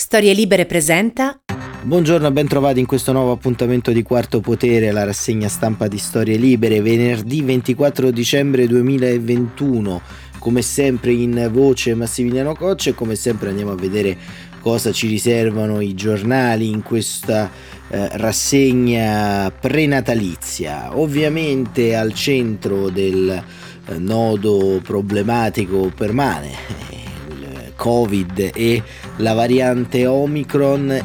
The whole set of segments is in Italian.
Storie Libere presenta. Buongiorno, ben trovati in questo nuovo appuntamento di Quarto Potere, la rassegna stampa di Storie Libere, venerdì 24 dicembre 2021. Come sempre in voce Massimiliano Coccia e come sempre andiamo a vedere cosa ci riservano i giornali in questa rassegna prenatalizia. Ovviamente al centro del nodo problematico permane il Covid e la variante Omicron.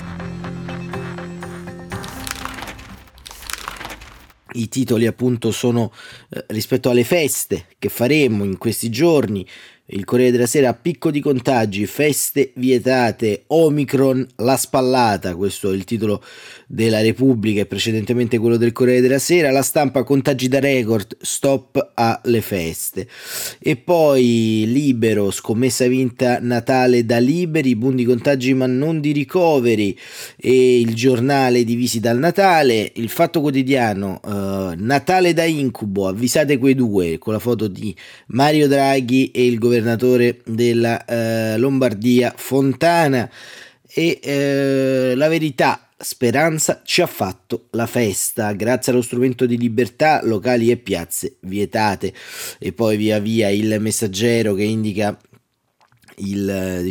I titoli appunto sono rispetto alle feste che faremo in questi giorni. Il Corriere della Sera: picco di contagi, feste vietate, Omicron la spallata. Questo è il titolo della Repubblica e precedentemente quello del Corriere della Sera. La Stampa: contagi da record, stop alle feste. E poi Libero: scommessa vinta Natale da liberi, boom di contagi ma non di ricoveri. E il Giornale: divisi dal Natale. Il Fatto Quotidiano: Natale da incubo, avvisate quei due, con la foto di Mario Draghi e il governatore della Lombardia Fontana. E La Verità: Speranza ci ha fatto la festa, grazie allo strumento di libertà, locali e piazze vietate. E poi via via il Messaggero che indica i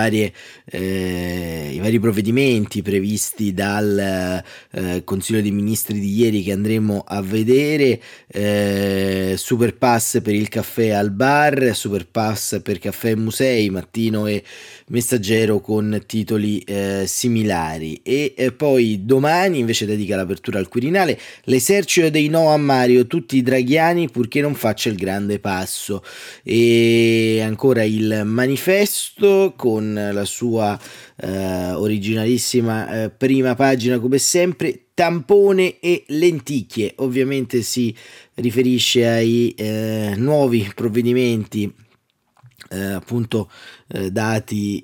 vari provvedimenti previsti dal Consiglio dei Ministri di ieri, che andremo a vedere. Super pass per il caffè al bar, super pass per caffè e musei, Mattino e Messaggero con titoli similari. E poi Domani invece dedica l'apertura al Quirinale: l'esercito dei no a Mario, tutti i draghiani purché non faccia il grande passo. E ancora il Manifesto con la sua originalissima prima pagina, come sempre: tampone e lenticchie. Ovviamente si riferisce ai nuovi provvedimenti dati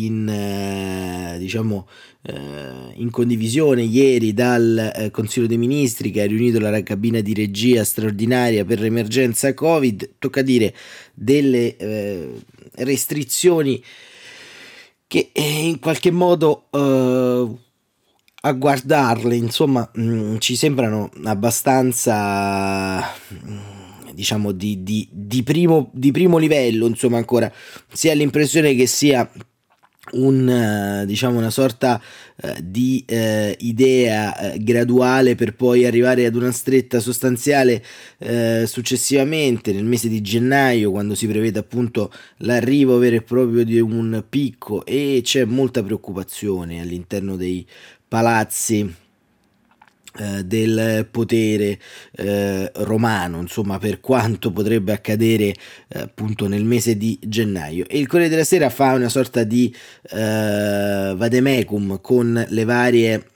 in condivisione ieri dal Consiglio dei Ministri, che ha riunito la cabina di regia straordinaria per l'emergenza Covid. Tocca dire delle restrizioni che in qualche modo a guardarle insomma ci sembrano abbastanza di primo livello. Insomma, ancora si ha l'impressione che sia una sorta di idea graduale, per poi arrivare ad una stretta sostanziale successivamente nel mese di gennaio, quando si prevede appunto l'arrivo vero e proprio di un picco, e c'è molta preoccupazione all'interno dei palazzi del potere romano, insomma, per quanto potrebbe accadere appunto nel mese di gennaio. E il Corriere della Sera fa una sorta di vademecum con le varie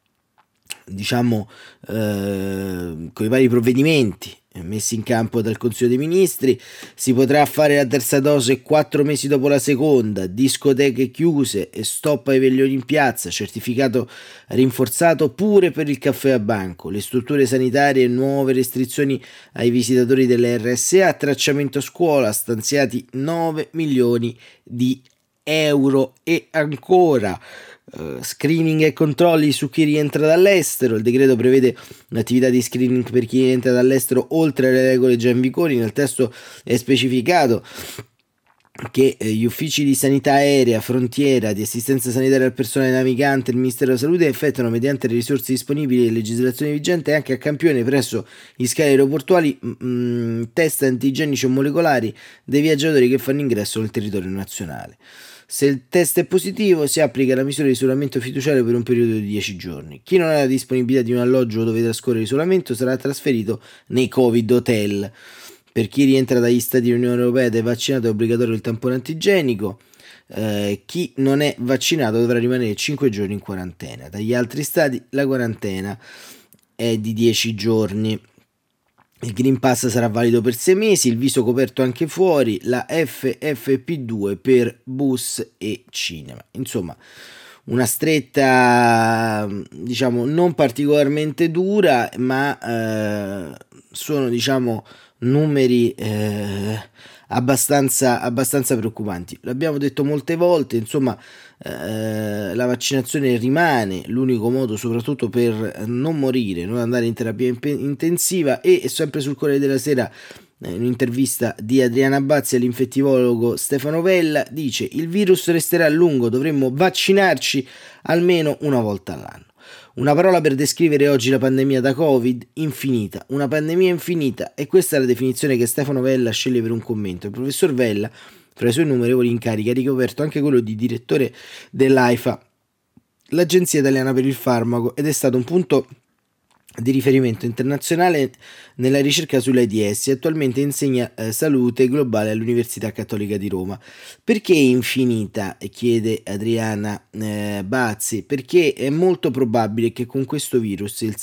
con i vari provvedimenti messi in campo dal Consiglio dei Ministri. Si potrà fare la terza dose 4 mesi dopo la seconda, discoteche chiuse e stop ai veglioni in piazza, certificato rinforzato pure per il caffè a banco, le strutture sanitarie, nuove restrizioni ai visitatori delle RSA, tracciamento a scuola, stanziati 9 milioni di euro. E ancora screening e controlli su chi rientra dall'estero. Il decreto prevede un'attività di screening per chi rientra dall'estero oltre alle regole già in vigore. Nel testo è specificato che gli uffici di sanità aerea, frontiera, di assistenza sanitaria al personale navigante e il Ministero della Salute effettuano, mediante le risorse disponibili e legislazione vigente, anche a campione presso gli scali aeroportuali, test antigenici o molecolari dei viaggiatori che fanno ingresso nel territorio nazionale. Se il test è positivo, si applica la misura di isolamento fiduciario per un periodo di 10 giorni. Chi non ha la disponibilità di un alloggio dove trascorrere l'isolamento sarà trasferito nei Covid Hotel. Per chi rientra dagli stati dell'Unione Europea ed è vaccinato è obbligatorio il tampone antigenico. Chi non è vaccinato dovrà rimanere 5 giorni in quarantena. Dagli altri stati la quarantena è di 10 giorni. Il Green Pass sarà valido per 6 mesi, il viso coperto anche fuori, la FFP2 per bus e cinema. Insomma, una stretta non particolarmente dura, ma sono numeri abbastanza preoccupanti. L'abbiamo detto molte volte, insomma, la vaccinazione rimane l'unico modo soprattutto per non morire, non andare in terapia intensiva. E sempre sul Corriere della Sera, in un'intervista di Adriana Bazzi all'infettivologo Stefano Vella, dice: il virus resterà a lungo, dovremmo vaccinarci almeno una volta all'anno. Una parola per descrivere oggi la pandemia da Covid: infinita. Una pandemia infinita, e questa è la definizione che Stefano Vella sceglie per un commento. Il professor Vella, fra i suoi innumerevoli incarichi, ha ricoperto anche quello di direttore dell'AIFA, l'Agenzia Italiana per il Farmaco, ed è stato un punto di riferimento internazionale nella ricerca sull'AIDS. Attualmente insegna salute globale all'Università Cattolica di Roma. Perché infinita? Chiede Adriana Bazzi. Perché è molto probabile che con questo virus, il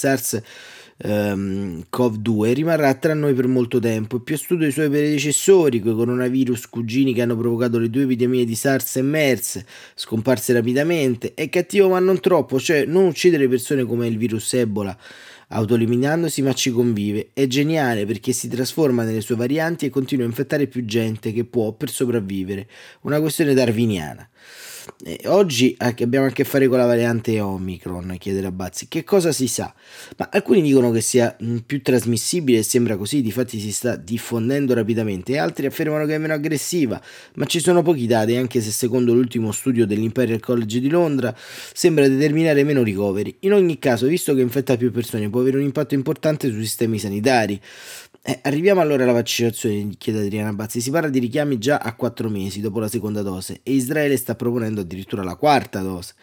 SARS-CoV-2, rimarrà tra noi per molto tempo. Più studio dei suoi predecessori, quei coronavirus cugini che hanno provocato le due epidemie di SARS e MERS, scomparse rapidamente. È cattivo ma non troppo, cioè non uccidere persone come il virus Ebola autoeliminandosi, ma ci convive. È geniale perché si trasforma nelle sue varianti e continua a infettare più gente che può per sopravvivere. Una questione darwiniana. Oggi abbiamo a che fare con la variante Omicron, chiede Rabazzi. Che cosa si sa? Ma alcuni dicono che sia più trasmissibile e sembra così, difatti si sta diffondendo rapidamente, e altri affermano che è meno aggressiva, ma ci sono pochi dati, anche se secondo l'ultimo studio dell'Imperial College di Londra sembra determinare meno ricoveri. In ogni caso, visto che infetta più persone, può avere un impatto importante sui sistemi sanitari. Arriviamo allora alla vaccinazione, chiede Adriana Bazzi. Si parla di richiami già a 4 mesi dopo la seconda dose, e Israele sta proponendo addirittura la quarta dose.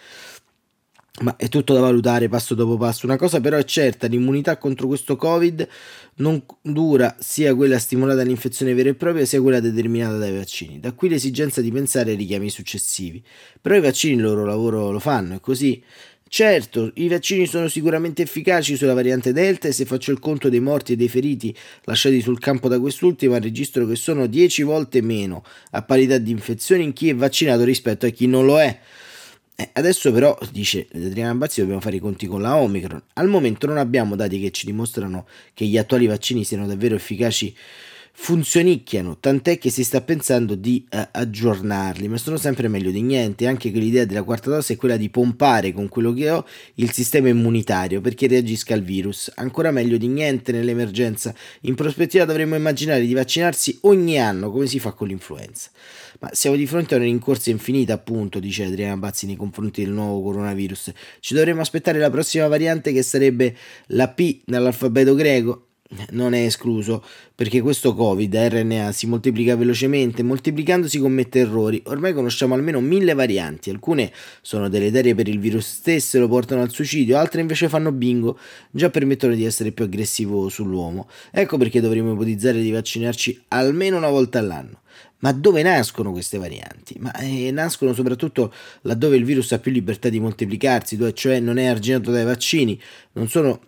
Ma è tutto da valutare passo dopo passo. Una cosa però è certa: l'immunità contro questo Covid non dura sia quella stimolata dall'infezione vera e propria, sia quella determinata dai vaccini. Da qui l'esigenza di pensare ai richiami successivi. Però i vaccini il loro lavoro lo fanno, è così. Certo, i vaccini sono sicuramente efficaci sulla variante Delta, e se faccio il conto dei morti e dei feriti lasciati sul campo da quest'ultima, registro che sono 10 volte meno a parità di infezioni in chi è vaccinato rispetto a chi non lo è. Adesso però, dice Adriana Bazzi, dobbiamo fare i conti con la Omicron. Al momento non abbiamo dati che ci dimostrano che gli attuali vaccini siano davvero efficaci, funzionicchiano, tant'è che si sta pensando di aggiornarli, ma sono sempre meglio di niente. Anche che l'idea della quarta dose è quella di pompare con quello che ho il sistema immunitario perché reagisca al virus. Ancora meglio di niente nell'emergenza. In prospettiva dovremmo immaginare di vaccinarsi ogni anno, come si fa con l'influenza. Ma siamo di fronte a una rincorsa infinita, appunto, dice Adriana Bazzi, nei confronti del nuovo coronavirus. Ci dovremmo aspettare la prossima variante, che sarebbe la P dall'alfabeto greco? Non è escluso, perché questo Covid a RNA si moltiplica velocemente, moltiplicandosi commette errori. Ormai conosciamo almeno 1000 varianti, alcune sono deleterie per il virus stesso e lo portano al suicidio, altre invece fanno bingo, già permettono di essere più aggressivo sull'uomo. Ecco perché dovremmo ipotizzare di vaccinarci almeno una volta all'anno. Ma dove nascono queste varianti? Nascono soprattutto laddove il virus ha più libertà di moltiplicarsi, cioè non è arginato dai vaccini. Non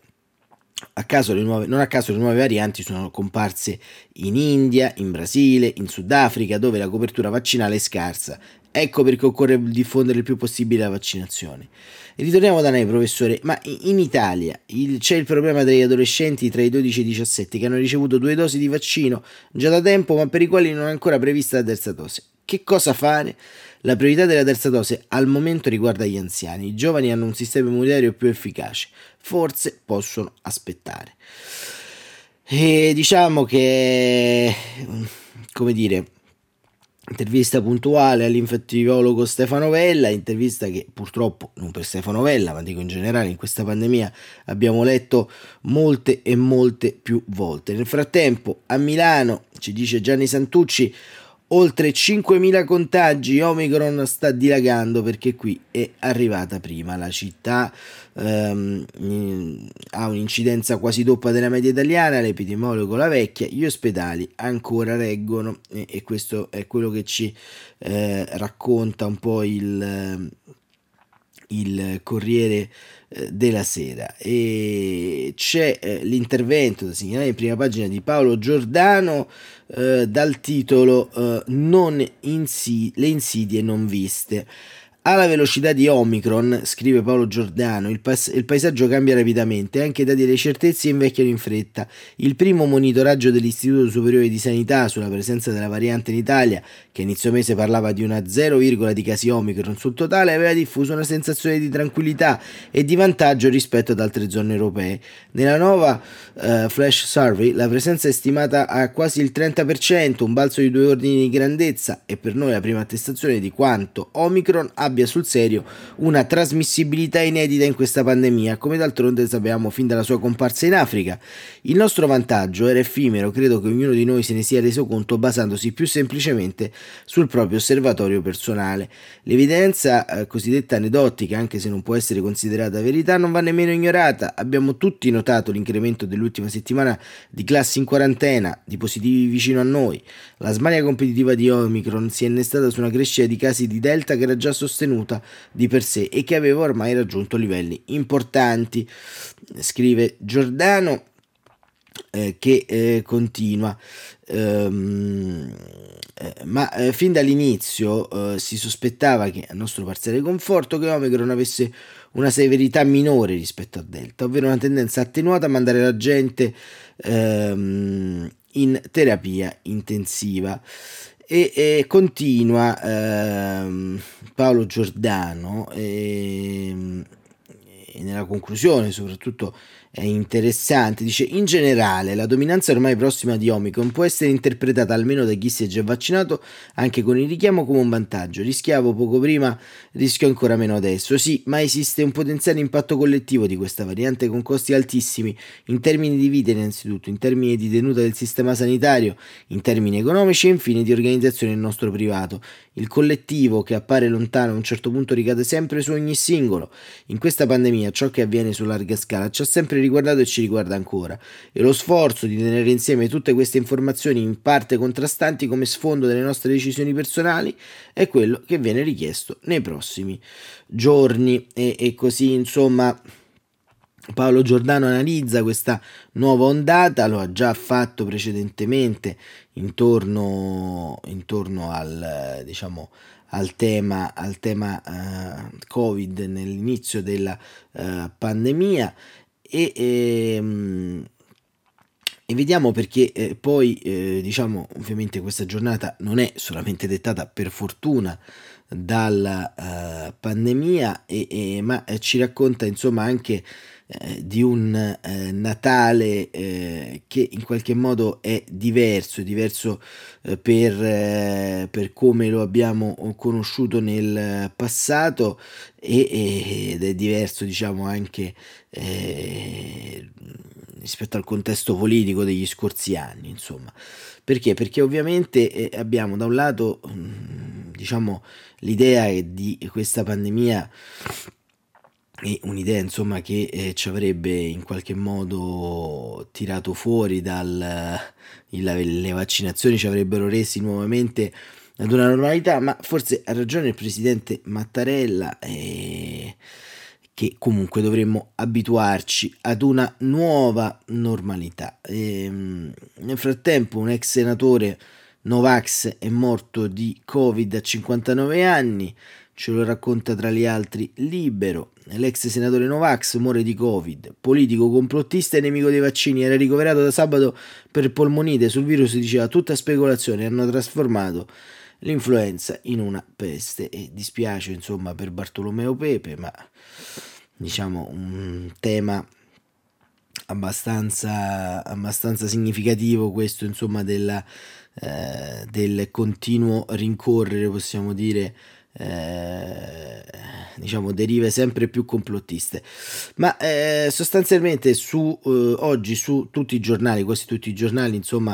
a caso le nuove varianti sono comparse in India, in Brasile, in Sudafrica, dove la copertura vaccinale è scarsa. Ecco perché occorre diffondere il più possibile la vaccinazione. E ritorniamo da noi, professore. Ma in Italia c'è il problema degli adolescenti tra i 12 e i 17 che hanno ricevuto 2 dosi di vaccino già da tempo, ma per i quali non è ancora prevista la terza dose. Che cosa fare? La priorità della terza dose al momento riguarda gli anziani. I giovani hanno un sistema immunitario più efficace, forse possono aspettare. E diciamo che, come dire, intervista puntuale all'infettivologo Stefano Vella, intervista che purtroppo, non per Stefano Vella, ma dico in generale, in questa pandemia abbiamo letto molte e molte più volte. Nel frattempo, a Milano, ci dice Gianni Santucci, oltre 5.000 contagi. Omicron sta dilagando perché qui è arrivata prima. La città ha un'incidenza quasi doppia della media italiana, l'epidemiologo La Vecchia, gli ospedali ancora reggono, e questo è quello che ci racconta un po' il Corriere della Sera. E c'è l'intervento da segnalare in prima pagina di Paolo Giordano dal titolo Le insidie non viste. Alla velocità di Omicron, scrive Paolo Giordano, il paesaggio cambia rapidamente, anche i dati delle certezze invecchiano in fretta. Il primo monitoraggio dell'Istituto Superiore di Sanità sulla presenza della variante in Italia, che inizio mese parlava di una 0, di casi Omicron sul totale, aveva diffuso una sensazione di tranquillità e di vantaggio rispetto ad altre zone europee. Nella nuova Flash Survey la presenza è stimata a quasi il 30%, un balzo di 2 ordini di grandezza, e per noi la prima attestazione di quanto Omicron abbia sul serio una trasmissibilità inedita in questa pandemia, come d'altronde sappiamo fin dalla sua comparsa in Africa. Il nostro vantaggio era effimero, credo che ognuno di noi se ne sia reso conto basandosi più semplicemente sul proprio osservatorio personale. L'evidenza cosiddetta aneddotica, anche se non può essere considerata verità, non va nemmeno ignorata. Abbiamo tutti notato l'incremento dell'ultima settimana di classi in quarantena, di positivi vicino a noi. La smania competitiva di Omicron si è innestata su una crescita di casi di Delta che era già sostenuta di per sé e che aveva ormai raggiunto livelli importanti, scrive Giordano, che continua. Fin dall'inizio si sospettava, che a nostro parziale conforto, che Omicron avesse una severità minore rispetto a Delta, ovvero una tendenza attenuata a mandare la gente in terapia intensiva. E continua Paolo Giordano, e nella conclusione soprattutto è interessante, dice: in generale la dominanza ormai prossima di Omicron può essere interpretata, almeno da chi si è già vaccinato, anche con il richiamo, come un vantaggio. Rischiavo poco prima, rischio ancora meno adesso. Sì, ma esiste un potenziale impatto collettivo di questa variante con costi altissimi in termini di vita innanzitutto, in termini di tenuta del sistema sanitario, in termini economici e infine di organizzazione del nostro privato. Il collettivo, che appare lontano, a un certo punto ricade sempre su ogni singolo. In questa pandemia ciò che avviene su larga scala ci ha sempre riguardato e ci riguarda ancora, e lo sforzo di tenere insieme tutte queste informazioni in parte contrastanti come sfondo delle nostre decisioni personali è quello che viene richiesto nei prossimi giorni. E così insomma Paolo Giordano analizza questa nuova ondata, lo ha già fatto precedentemente intorno al, diciamo, al tema Covid nell'inizio della pandemia, e vediamo perché poi diciamo, ovviamente questa giornata non è solamente dettata, per fortuna, dalla pandemia, ma ci racconta insomma anche di un Natale che in qualche modo è diverso per come lo abbiamo conosciuto nel passato, ed è diverso, diciamo, anche rispetto al contesto politico degli scorsi anni, insomma. Perché? Perché ovviamente abbiamo da un lato diciamo l'idea di questa pandemia, e un'idea insomma che ci avrebbe in qualche modo tirato fuori le vaccinazioni, ci avrebbero resi nuovamente ad una normalità, ma forse ha ragione il presidente Mattarella, che comunque dovremmo abituarci ad una nuova normalità. Nel frattempo un ex senatore Novax è morto di Covid a 59 anni, ce lo racconta tra gli altri Libero. L'ex senatore Novax muore di Covid, politico complottista e nemico dei vaccini, era ricoverato da sabato per polmonite, sul virus diceva tutta speculazione, hanno trasformato l'influenza in una peste. E dispiace insomma per Bartolomeo Pepe, ma diciamo un tema abbastanza significativo questo, insomma, del continuo rincorrere, possiamo dire, diciamo derive sempre più complottiste. Ma sostanzialmente oggi su tutti i giornali, quasi tutti i giornali, insomma,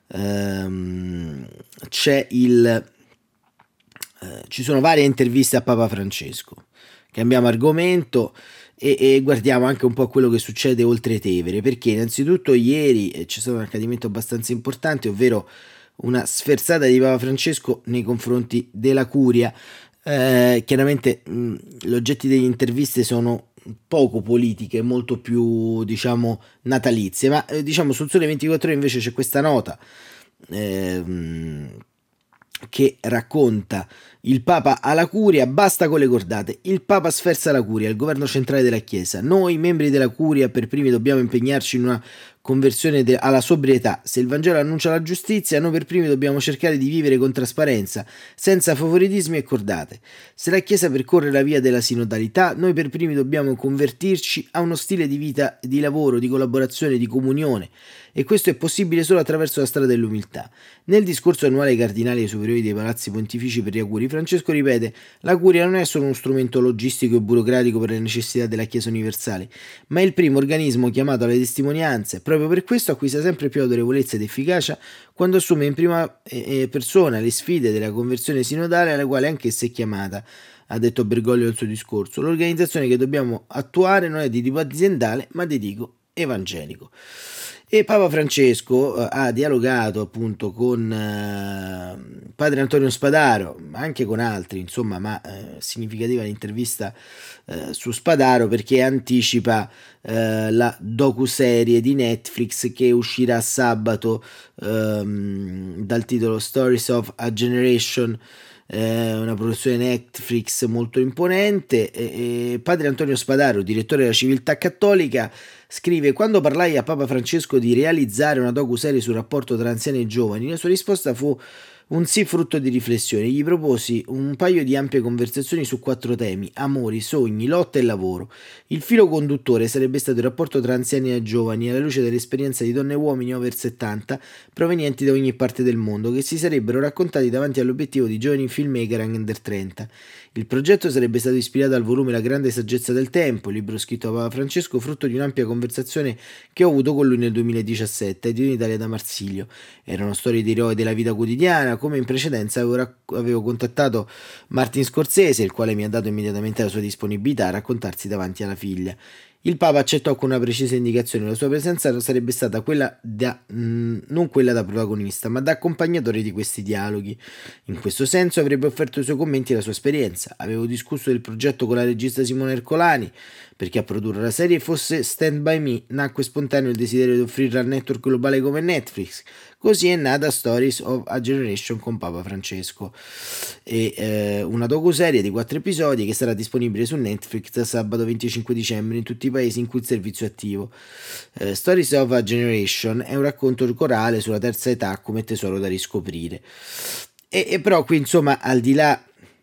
ci sono varie interviste a Papa Francesco. Cambiamo argomento e guardiamo anche un po' quello che succede oltre Tevere, perché innanzitutto ieri c'è stato un accadimento abbastanza importante, ovvero una sferzata di Papa Francesco nei confronti della Curia. Chiaramente gli oggetti delle interviste sono poco politiche, molto più, diciamo, natalizie, ma diciamo sul Sole 24 Ore invece c'è questa nota che racconta: il Papa alla Curia, basta con le cordate, il Papa sferza la Curia, il governo centrale della Chiesa, noi membri della Curia per primi dobbiamo impegnarci in una conversione alla sobrietà, se il Vangelo annuncia la giustizia noi per primi dobbiamo cercare di vivere con trasparenza, senza favoritismi e cordate, se la Chiesa percorre la via della sinodalità noi per primi dobbiamo convertirci a uno stile di vita, di lavoro, di collaborazione, di comunione, e questo è possibile solo attraverso la strada dell'umiltà. Nel discorso annuale ai cardinali e ai superiori dei palazzi pontifici per gli auguri, Francesco ripete: la curia non è solo uno strumento logistico e burocratico per le necessità della Chiesa universale, ma è il primo organismo chiamato alle testimonianze. Proprio per questo acquista sempre più autorevolezza ed efficacia quando assume in prima persona le sfide della conversione sinodale alla quale anch'essa è chiamata. Ha detto Bergoglio nel suo discorso: l'organizzazione che dobbiamo attuare non è di tipo aziendale, ma di tipo evangelico. E Papa Francesco ha dialogato appunto con padre Antonio Spadaro, anche con altri, insomma, ma significativa l'intervista su Spadaro perché anticipa la docuserie di Netflix che uscirà sabato dal titolo Stories of a Generation, una produzione Netflix molto imponente. Padre Antonio Spadaro, direttore della Civiltà Cattolica, scrive: quando parlai a Papa Francesco di realizzare una docuserie sul rapporto tra anziani e giovani, la sua risposta fu un sì frutto di riflessione. Gli proposi un paio di ampie conversazioni su 4 temi: amori, sogni, lotta e lavoro. Il filo conduttore sarebbe stato il rapporto tra anziani e giovani alla luce dell'esperienza di donne e uomini over 70 provenienti da ogni parte del mondo che si sarebbero raccontati davanti all'obiettivo di giovani filmmaker under 30. Il progetto sarebbe stato ispirato al volume La grande saggezza del tempo, libro scritto da Papa Francesco, frutto di un'ampia conversazione che ho avuto con lui nel 2017 in Italia da Marsilio. Erano storie di eroi della vita quotidiana. Come in precedenza avevo contattato Martin Scorsese, il quale mi ha dato immediatamente la sua disponibilità a raccontarsi davanti alla figlia. Il Papa accettò con una precisa indicazione: la sua presenza sarebbe stata quella non quella da protagonista, ma da accompagnatore di questi dialoghi. In questo senso avrebbe offerto i suoi commenti e la sua esperienza. Avevo discusso del progetto con la regista Simone Ercolani, perché a produrre la serie fosse Stand By Me nacque spontaneo il desiderio di offrirla al network globale come Netflix. Così è nata Stories of a Generation con Papa Francesco, una docuserie di 4 episodi che sarà disponibile su Netflix sabato 25 dicembre in tutti i paesi in cui il servizio è attivo. Stories of a Generation è un racconto corale sulla terza età come tesoro da riscoprire. E però qui, insomma, al di là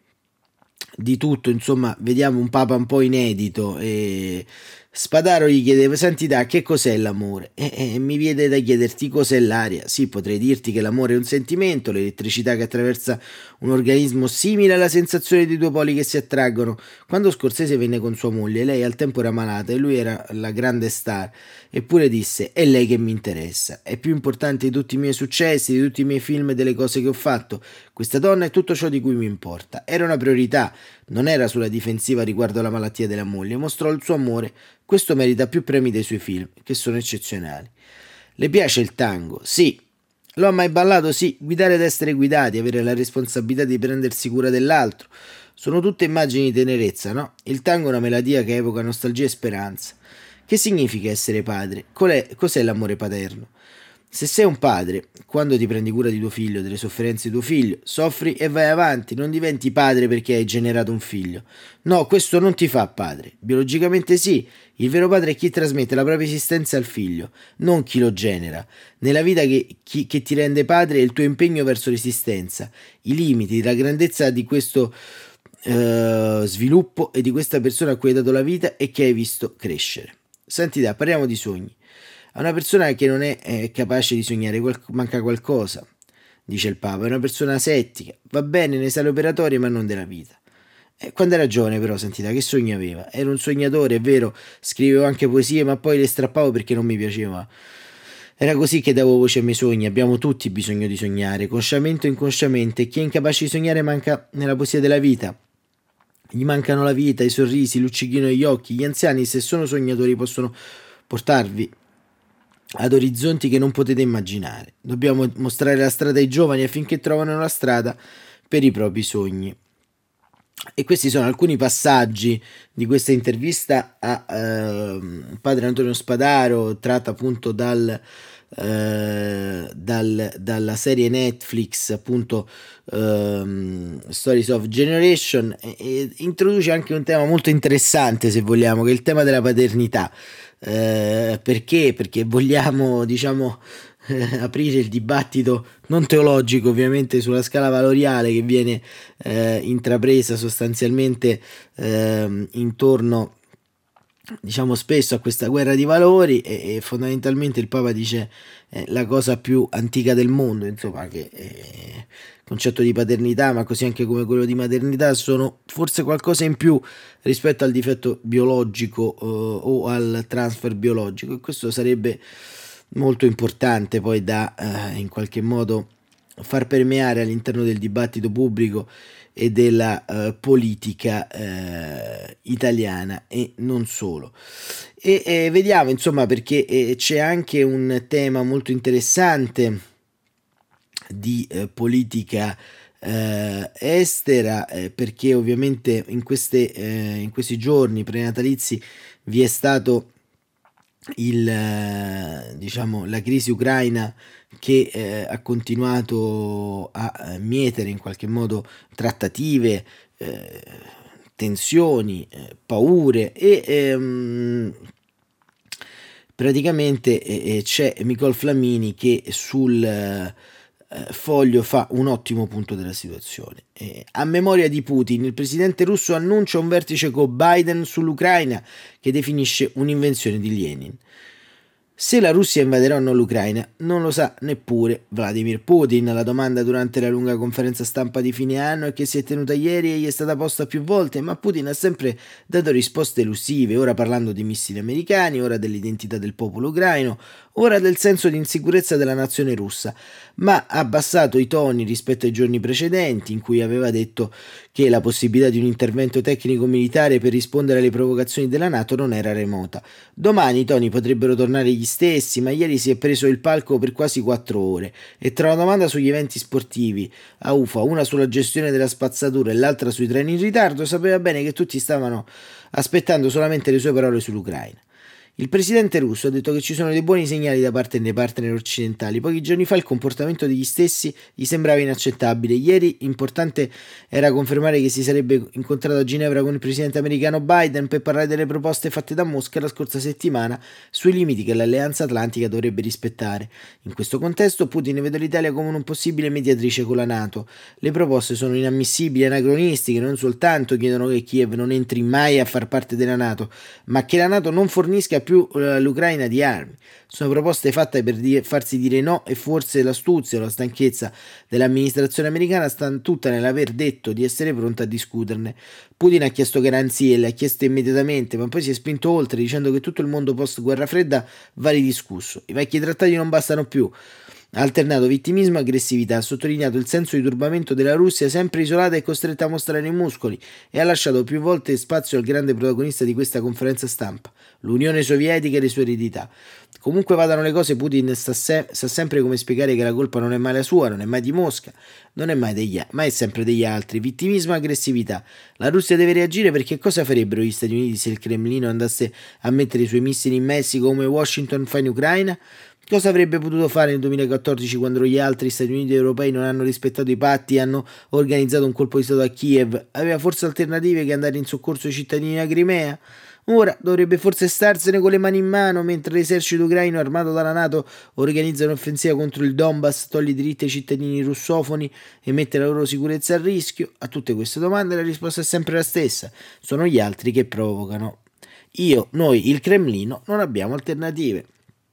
di tutto, insomma, vediamo un Papa un po' inedito. E Spadaro gli chiedeva: santità, che cos'è l'amore? E mi viene da chiederti cos'è l'aria. Sì, potrei dirti che l'amore è un sentimento, l'elettricità che attraversa un organismo simile alla sensazione di 2 poli che si attraggono. Quando Scorsese venne con sua moglie, lei al tempo era malata e lui era la grande star, eppure disse: è lei che mi interessa, è più importante di tutti i miei successi, di tutti i miei film e delle cose che ho fatto. Questa donna è tutto ciò di cui mi importa. Era una priorità, non era sulla difensiva riguardo alla malattia della moglie, mostrò il suo amore. Questo merita più premi dei suoi film, che sono eccezionali. Le piace il tango? Sì. Lo ha mai ballato? Sì. Guidare ed essere guidati, avere la responsabilità di prendersi cura dell'altro. Sono tutte immagini di tenerezza, no? Il tango è una melodia che evoca nostalgia e speranza. Che significa essere padre? Cos'è l'amore paterno? Se sei un padre, quando ti prendi cura di tuo figlio, delle sofferenze di tuo figlio, soffri e vai avanti, non diventi padre perché hai generato un figlio. No, questo non ti fa padre. Biologicamente sì, il vero padre è chi trasmette la propria esistenza al figlio, non chi lo genera. Nella vita che ti rende padre è il tuo impegno verso l'esistenza, i limiti, la grandezza di questo sviluppo e di questa persona a cui hai dato la vita e che hai visto crescere. Santità, parliamo di sogni. A una persona che non è capace di sognare manca qualcosa, dice il Papa, è una persona asettica, va bene nei sale operatorie ma non della vita. Quando era giovane però, santità, che sogni aveva? Ero un sognatore, è vero, scrivevo anche poesie ma poi le strappavo perché non mi piaceva. Era così che davo voce ai miei sogni, abbiamo tutti bisogno di sognare, consciamente o inconsciamente, e chi è incapace di sognare manca nella poesia della vita. Gli mancano la vita, i sorrisi, il luccichino negli occhi. Gli anziani, se sono sognatori, possono portarvi ad orizzonti che non potete immaginare. Dobbiamo mostrare la strada ai giovani affinché trovino la strada per i propri sogni. E questi sono alcuni passaggi di questa intervista a padre Antonio Spadaro, tratta appunto dalla serie Netflix, appunto Stories of Generation, e introduce anche un tema molto interessante, se vogliamo, che è il tema della paternità. Perché? Perché vogliamo, diciamo, aprire il dibattito non teologico, ovviamente, sulla scala valoriale che viene intrapresa sostanzialmente intorno, diciamo, spesso a questa guerra di valori, e fondamentalmente il Papa dice la cosa più antica del mondo, insomma, che il concetto di paternità, ma così anche come quello di maternità, sono forse qualcosa in più rispetto al difetto biologico o al transfer biologico, e questo sarebbe molto importante poi da in qualche modo far permeare all'interno del dibattito pubblico e della politica italiana, e non solo. E vediamo, insomma, perché c'è anche un tema molto interessante di politica estera, perché ovviamente in questi giorni prenatalizi vi è stato diciamo, la crisi ucraina, che ha continuato a mietere in qualche modo trattative, tensioni, paure, e praticamente c'è Nicole Flamini che sul Foglio fa un ottimo punto della situazione. A memoria di Putin, il presidente russo annuncia un vertice con Biden sull'Ucraina che definisce un'invenzione di Lenin. Se la Russia invaderà o no l'Ucraina non lo sa neppure Vladimir Putin. La domanda durante la lunga conferenza stampa di fine anno e che si è tenuta ieri gli è stata posta più volte, ma Putin ha sempre dato risposte elusive, ora parlando di missili americani, ora dell'identità del popolo ucraino, ora del senso di insicurezza della nazione russa, ma ha abbassato i toni rispetto ai giorni precedenti, in cui aveva detto che la possibilità di un intervento tecnico-militare per rispondere alle provocazioni della NATO non era remota. Domani i toni potrebbero tornare gli stessi, ma ieri si è preso il palco per quasi 4 ore, e tra una domanda sugli eventi sportivi a UFA, una sulla gestione della spazzatura e l'altra sui treni in ritardo, sapeva bene che tutti stavano aspettando solamente le sue parole sull'Ucraina. Il presidente russo ha detto che ci sono dei buoni segnali da parte dei partner occidentali. Pochi giorni fa il comportamento degli stessi gli sembrava inaccettabile. Ieri importante era confermare che si sarebbe incontrato a Ginevra con il presidente americano Biden per parlare delle proposte fatte da Mosca la scorsa settimana sui limiti che l'Alleanza Atlantica dovrebbe rispettare. In questo contesto Putin vede l'Italia come una possibile mediatrice con la NATO. Le proposte sono inammissibili e anacronistiche, non soltanto chiedono che Kiev non entri mai a far parte della NATO, ma che la NATO non fornisca più l'Ucraina di armi. Sono proposte fatte per farsi dire no, e forse l'astuzia o la stanchezza dell'amministrazione americana sta tutta nell'aver detto di essere pronta a discuterne. Putin ha chiesto garanzie, le ha chieste immediatamente, ma poi si è spinto oltre dicendo che tutto il mondo post guerra fredda va ridiscusso. I vecchi trattati non bastano più. Ha alternato vittimismo e aggressività, ha sottolineato il senso di turbamento della Russia sempre isolata e costretta a mostrare i muscoli, e ha lasciato più volte spazio al grande protagonista di questa conferenza stampa, l'Unione Sovietica e le sue eredità. Comunque vadano le cose, Putin sa sempre come spiegare che la colpa non è mai la sua, non è mai di Mosca, non è mai ma è sempre degli altri. Vittimismo e aggressività. La Russia deve reagire, perché cosa farebbero gli Stati Uniti se il Cremlino andasse a mettere i suoi missili in Messico come Washington fa in Ucraina? Cosa avrebbe potuto fare nel 2014, quando gli altri Stati Uniti europei non hanno rispettato i patti e hanno organizzato un colpo di Stato a Kiev? Aveva forse alternative che andare in soccorso ai cittadini a Crimea? Ora dovrebbe forse starsene con le mani in mano mentre l'esercito ucraino armato dalla NATO organizza un'offensiva contro il Donbass, toglie i diritti ai cittadini russofoni e mette la loro sicurezza a rischio? A tutte queste domande la risposta è sempre la stessa: sono gli altri che provocano. Noi, il Cremlino, non abbiamo alternative.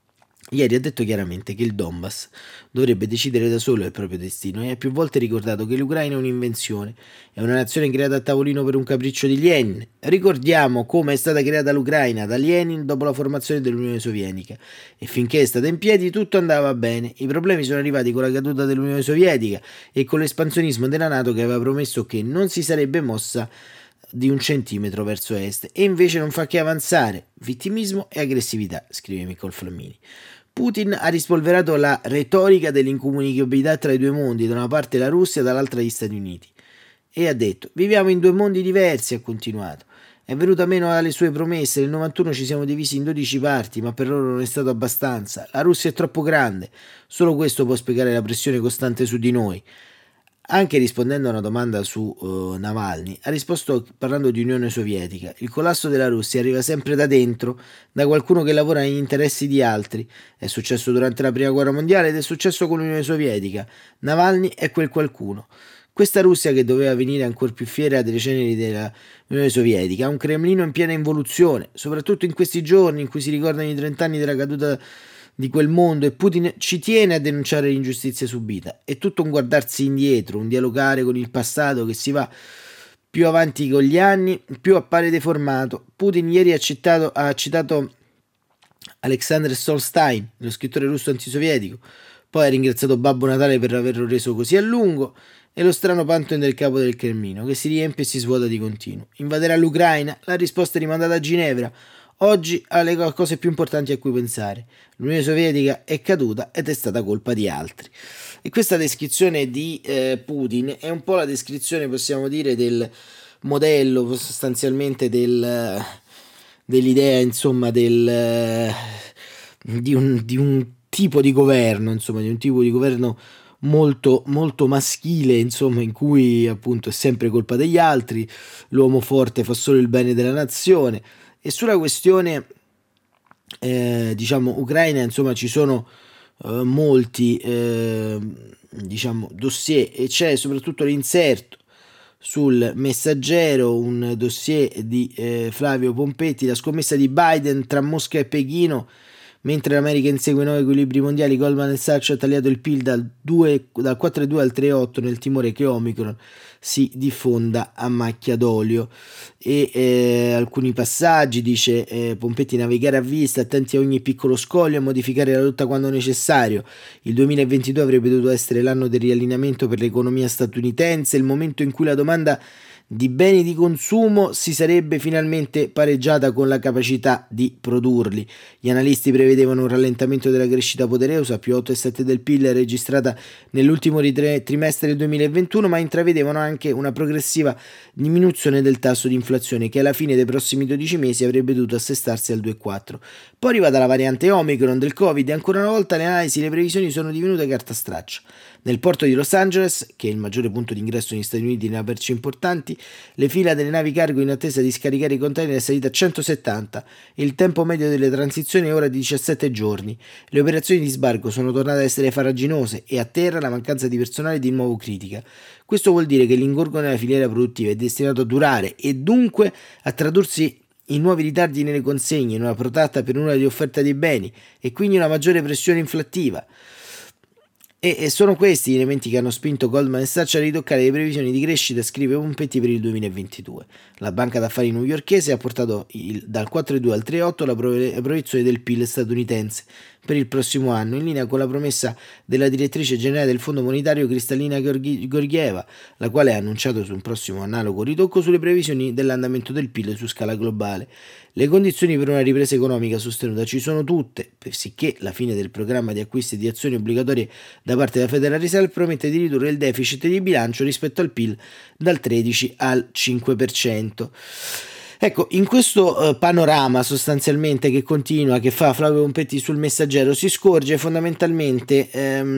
Ieri ha detto chiaramente che il Donbass dovrebbe decidere da solo il proprio destino, e ha più volte ricordato che l'Ucraina è un'invenzione, è una nazione creata a tavolino per un capriccio di Lenin. Ricordiamo come è stata creata l'Ucraina da Lenin dopo la formazione dell'Unione Sovietica, e finché è stata in piedi tutto andava bene. I problemi sono arrivati con la caduta dell'Unione Sovietica e con l'espansionismo della NATO, che aveva promesso che non si sarebbe mossa di 1 centimetro verso est, e invece non fa che avanzare. Vittimismo e aggressività, scrive Nicole Flamini. Putin ha rispolverato la retorica dell'incomunicabilità tra i due mondi, da una parte la Russia, dall'altra gli Stati Uniti. e ha detto: viviamo in due mondi diversi, ha continuato. È venuta meno alle sue promesse, nel 91 ci siamo divisi in 12 parti, ma per loro non è stato abbastanza. La Russia è troppo grande, solo questo può spiegare la pressione costante su di noi. Anche rispondendo a una domanda su Navalny, ha risposto parlando di Unione Sovietica. Il collasso della Russia arriva sempre da dentro, da qualcuno che lavora negli interessi di altri. È successo durante la Prima Guerra Mondiale ed è successo con l'Unione Sovietica. Navalny è quel qualcuno. Questa Russia, che doveva venire ancora più fiera delle ceneri dell'Unione Sovietica, ha un Cremlino in piena involuzione, soprattutto in questi giorni in cui si ricordano i 30 anni della caduta di quel mondo, e Putin ci tiene a denunciare l'ingiustizia subita. È tutto un guardarsi indietro, un dialogare con il passato che si va più avanti con gli anni, più appare deformato. Putin ieri ha citato Alexander Solstein, lo scrittore russo antisovietico, poi ha ringraziato Babbo Natale per averlo reso così a lungo, e lo strano pantone del capo del Cremlino, che si riempie e si svuota di continuo. Invaderà l'Ucraina? La risposta è rimandata a Ginevra. Oggi ha le cose più importanti a cui pensare. L'Unione Sovietica è caduta ed è stata colpa di altri. E questa descrizione di Putin è un po' la descrizione, possiamo dire, del modello, sostanzialmente dell'idea, insomma, di un tipo di governo, insomma, di un tipo di governo molto, molto maschile, insomma, in cui appunto è sempre colpa degli altri, l'uomo forte fa solo il bene della nazione. E sulla questione diciamo ucraina, insomma, ci sono molti diciamo dossier, e c'è soprattutto l'inserto sul Messaggero, un dossier di Flavio Pompetti, la scommessa di Biden tra Mosca e Pechino. Mentre l'America insegue i nuovi equilibri mondiali, Goldman Sachs ha tagliato il PIL dal 4,2 al 3,8 nel timore che Omicron si diffonda a macchia d'olio. E alcuni passaggi, dice Pompetti: navigare a vista, attenti a ogni piccolo scoglio e modificare la rotta quando necessario. Il 2022 avrebbe dovuto essere l'anno del riallineamento per l'economia statunitense, il momento in cui la domanda di beni di consumo si sarebbe finalmente pareggiata con la capacità di produrli. Gli analisti prevedevano un rallentamento della crescita poderosa, più 8,7 del PIL registrata nell'ultimo trimestre del 2021, ma intravedevano anche una progressiva diminuzione del tasso di inflazione, che alla fine dei prossimi 12 mesi avrebbe dovuto assestarsi al 2,4. Poi è arrivata la variante Omicron del Covid e ancora una volta le analisi e le previsioni sono divenute carta straccia. Nel porto di Los Angeles, che è il maggiore punto di ingresso negli Stati Uniti nelle merci importanti, le fila delle navi cargo in attesa di scaricare i container è salita a 170 e il tempo medio delle transizioni è ora di 17 giorni. Le operazioni di sbarco sono tornate ad essere farraginose e a terra la mancanza di personale è di nuovo critica. Questo vuol dire che l'ingorgo nella filiera produttiva è destinato a durare e dunque a tradursi in nuovi ritardi nelle consegne, in una protratta penura di offerta dei beni e quindi una maggiore pressione inflattiva. E sono questi gli elementi che hanno spinto Goldman Sachs a ritoccare le previsioni di crescita, scrive Pompetti, per il 2022. La banca d'affari newyorkese ha portato dal 4,2 al 3,8 la proiezione del PIL statunitense per il prossimo anno, in linea con la promessa della direttrice generale del Fondo Monetario Kristalina Georgieva, la quale ha annunciato su un prossimo analogo ritocco sulle previsioni dell'andamento del PIL su scala globale. Le condizioni per una ripresa economica sostenuta ci sono tutte, per sicché la fine del programma di acquisti di azioni obbligatorie da parte della Federal Reserve promette di ridurre il deficit di bilancio rispetto al PIL dal 13 al 5%. Ecco, in questo panorama sostanzialmente che continua, che fa Flavio Pompetti sul Messaggero, si scorge fondamentalmente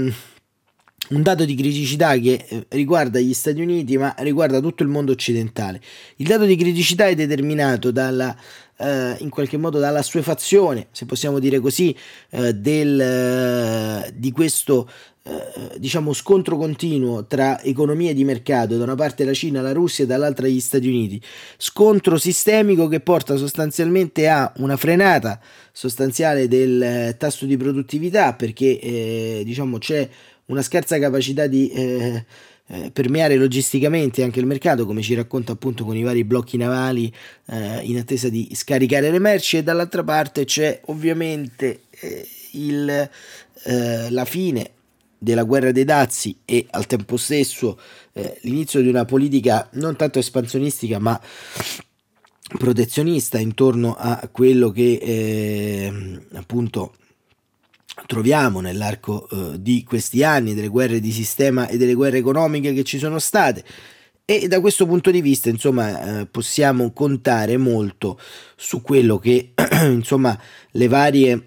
un dato di criticità che riguarda gli Stati Uniti, ma riguarda tutto il mondo occidentale. Il dato di criticità è determinato in qualche modo dalla assuefazione, se possiamo dire così, di questo diciamo scontro continuo tra economie di mercato, da una parte la Cina, la Russia e dall'altra gli Stati Uniti, scontro sistemico che porta sostanzialmente a una frenata sostanziale del tasso di produttività, perché diciamo c'è una scarsa capacità di permeare logisticamente anche il mercato, come ci racconta appunto con i vari blocchi navali in attesa di scaricare le merci, e dall'altra parte c'è ovviamente la fine della guerra dei dazi e al tempo stesso l'inizio di una politica non tanto espansionistica ma protezionista intorno a quello che appunto troviamo nell'arco di questi anni, delle guerre di sistema e delle guerre economiche che ci sono state. E da questo punto di vista, insomma, possiamo contare molto su quello che, insomma, le varie,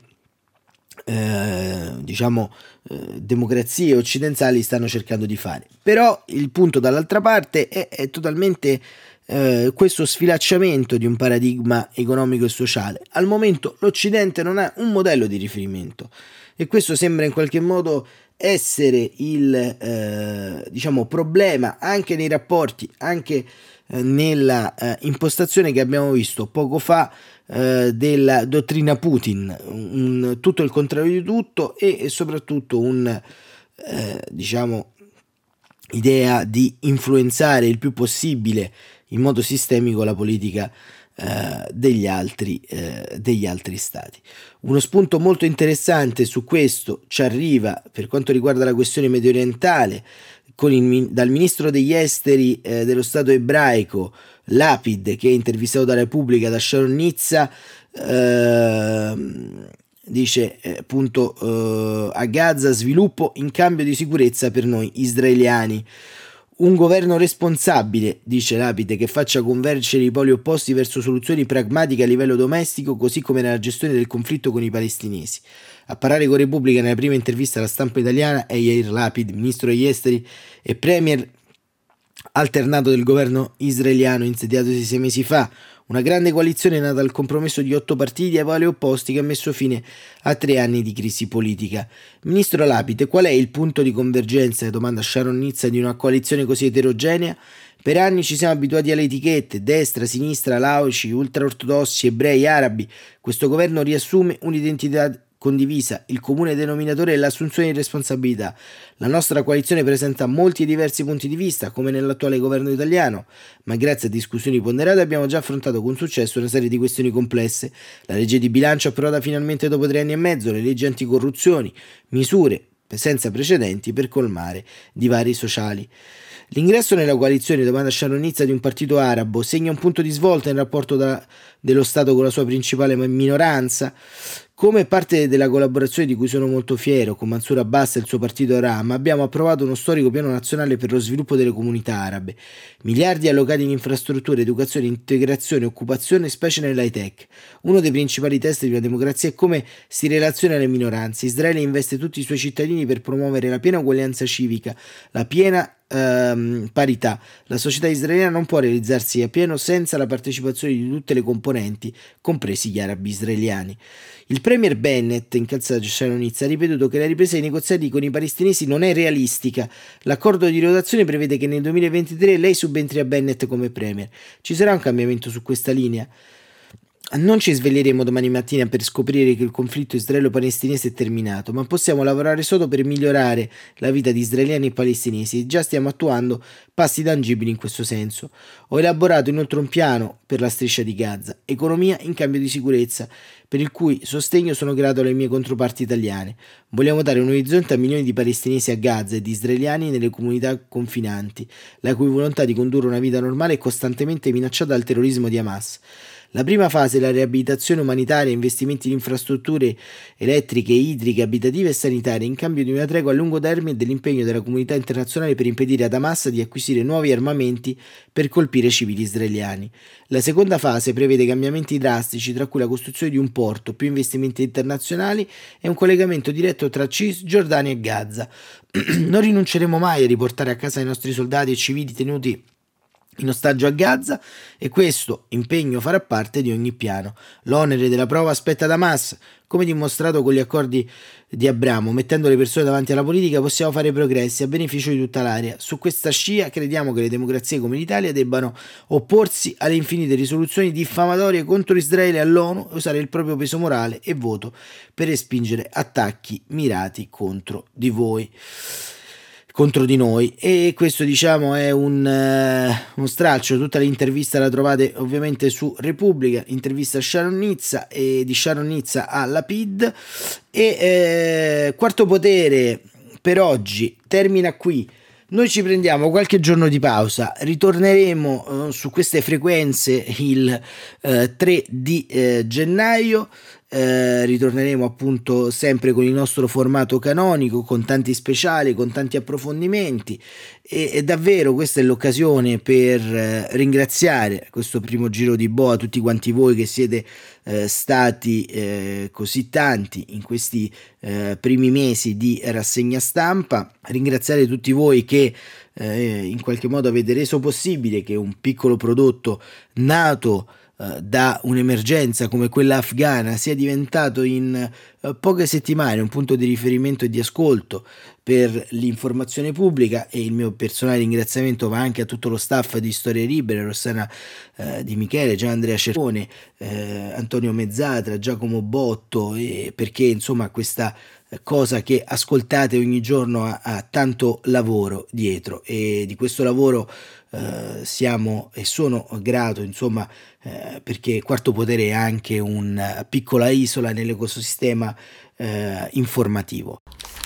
diciamo, democrazie occidentali stanno cercando di fare. Però il punto dall'altra parte è totalmente questo sfilacciamento di un paradigma economico e sociale. Al momento l'Occidente non ha un modello di riferimento e questo sembra in qualche modo essere il diciamo problema anche nei rapporti, anche nella impostazione che abbiamo visto poco fa della dottrina Putin, tutto il contrario di tutto e soprattutto un diciamo idea di influenzare il più possibile in modo sistemico la politica degli altri stati. Uno spunto molto interessante su questo ci arriva per quanto riguarda la questione mediorientale dal ministro degli esteri dello Stato ebraico Lapid, che è intervistato da Repubblica da Sharon Nizza. Dice appunto a Gaza sviluppo in cambio di sicurezza per noi israeliani. Un governo responsabile, dice Lapid, che faccia convergere i poli opposti verso soluzioni pragmatiche a livello domestico, così come nella gestione del conflitto con i palestinesi. A parlare con Repubblica nella prima intervista alla stampa italiana è Yair Lapid, ministro degli esteri e premier alternato del governo israeliano insediatosi 6 mesi fa. Una grande coalizione nata dal compromesso di 8 partiti ai poli opposti che ha messo fine a 3 anni di crisi politica. Ministro Lapid, qual è il punto di convergenza, domanda Sharon Nizza, di una coalizione così eterogenea? Per anni ci siamo abituati alle etichette, destra, sinistra, laici, ultraortodossi, ebrei, arabi. Questo governo riassume un'identità condivisa, il comune denominatore è l'assunzione di responsabilità. La nostra coalizione presenta molti e diversi punti di vista, come nell'attuale governo italiano, ma grazie a discussioni ponderate abbiamo già affrontato con successo una serie di questioni complesse. La legge di bilancio approvata finalmente dopo 3 anni e mezzo, le leggi anticorruzione, misure senza precedenti per colmare divari sociali. L'ingresso nella coalizione, domanda Sharon Nizza, di un partito arabo segna un punto di svolta nel rapporto dello Stato con la sua principale minoranza. Come parte della collaborazione di cui sono molto fiero con Mansour Abbas e il suo partito Ram, abbiamo approvato uno storico piano nazionale per lo sviluppo delle comunità arabe. Miliardi allocati in infrastrutture, educazione, integrazione, occupazione, specie nell'high tech. Uno dei principali test di una democrazia è come si relaziona alle minoranze. Israele investe tutti i suoi cittadini per promuovere la piena uguaglianza civica, la piena parità. La società israeliana non può realizzarsi appieno senza la partecipazione di tutte le componenti, compresi gli arabi israeliani. Il premier Bennett, incalzato Sharon Nizza, ha ripetuto che la ripresa dei negoziati con i palestinesi non è realistica. L'accordo di rotazione prevede che nel 2023 lei subentri a Bennett come premier. Ci sarà un cambiamento su questa linea? Non ci sveglieremo domani mattina per scoprire che il conflitto israelo-palestinese è terminato, ma possiamo lavorare solo per migliorare la vita di israeliani e palestinesi e già stiamo attuando passi tangibili in questo senso. Ho elaborato inoltre un piano per la striscia di Gaza, economia in cambio di sicurezza, per il cui sostegno sono grato alle mie controparti italiane. Vogliamo dare un orizzonte a milioni di palestinesi a Gaza e di israeliani nelle comunità confinanti, la cui volontà di condurre una vita normale è costantemente minacciata dal terrorismo di Hamas. La prima fase è la riabilitazione umanitaria, investimenti in infrastrutture elettriche, idriche, abitative e sanitarie, in cambio di una tregua a lungo termine e dell'impegno della comunità internazionale per impedire ad Hamas di acquisire nuovi armamenti per colpire civili israeliani. La seconda fase prevede cambiamenti drastici, tra cui la costruzione di un porto, più investimenti internazionali e un collegamento diretto tra Cisgiordania e Gaza. Non rinunceremo mai a riportare a casa i nostri soldati e civili tenuti in ostaggio a Gaza e questo impegno farà parte di ogni piano. L'onere della prova spetta ad Hamas, come dimostrato con gli accordi di Abramo. Mettendo le persone davanti alla politica possiamo fare progressi a beneficio di tutta l'area. Su questa scia crediamo che le democrazie come l'Italia debbano opporsi alle infinite risoluzioni diffamatorie contro Israele all'ONU e usare il proprio peso morale e voto per respingere attacchi mirati contro di noi. E questo diciamo è uno stralcio. Tutta l'intervista la trovate ovviamente su Repubblica, intervista a Sharon Nizza e di Sharon Nizza a Lapid. E Quarto Potere per oggi termina qui. Noi ci prendiamo qualche giorno di pausa, ritorneremo su queste frequenze il 3 di gennaio. ritorneremo appunto sempre con il nostro formato canonico, con tanti speciali, con tanti approfondimenti e davvero questa è l'occasione per ringraziare questo primo giro di boa tutti quanti voi che siete stati così tanti in questi primi mesi di rassegna stampa, ringraziare tutti voi che in qualche modo avete reso possibile che un piccolo prodotto nato da un'emergenza come quella afghana sia diventato in poche settimane un punto di riferimento e di ascolto per l'informazione pubblica, e il mio personale ringraziamento va anche a tutto lo staff di Storie Libere, Rossana Di Michele, Gianandrea Cercone, Antonio Mezzatra, Giacomo Botto, perché insomma questa cosa che ascoltate ogni giorno ha tanto lavoro dietro, e di questo lavoro siamo e sono grato insomma perché Quarto Potere è anche una piccola isola nell'ecosistema informativo.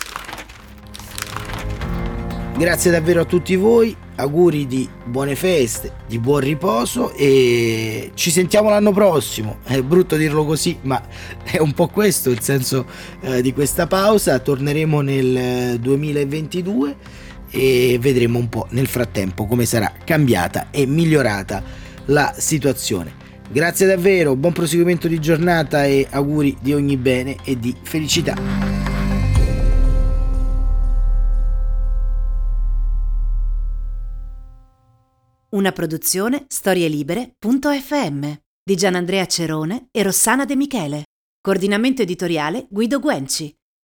Grazie davvero a tutti voi, auguri di buone feste, di buon riposo e ci sentiamo l'anno prossimo. È brutto dirlo così, ma è un po' questo il senso di questa pausa. Torneremo nel 2022 e vedremo un po' nel frattempo come sarà cambiata e migliorata la situazione. Grazie davvero, buon proseguimento di giornata e auguri di ogni bene e di felicità. Una produzione storielibere.fm di Gianandrea Cerone e Rossana De Michele. Coordinamento editoriale Guido Guenci.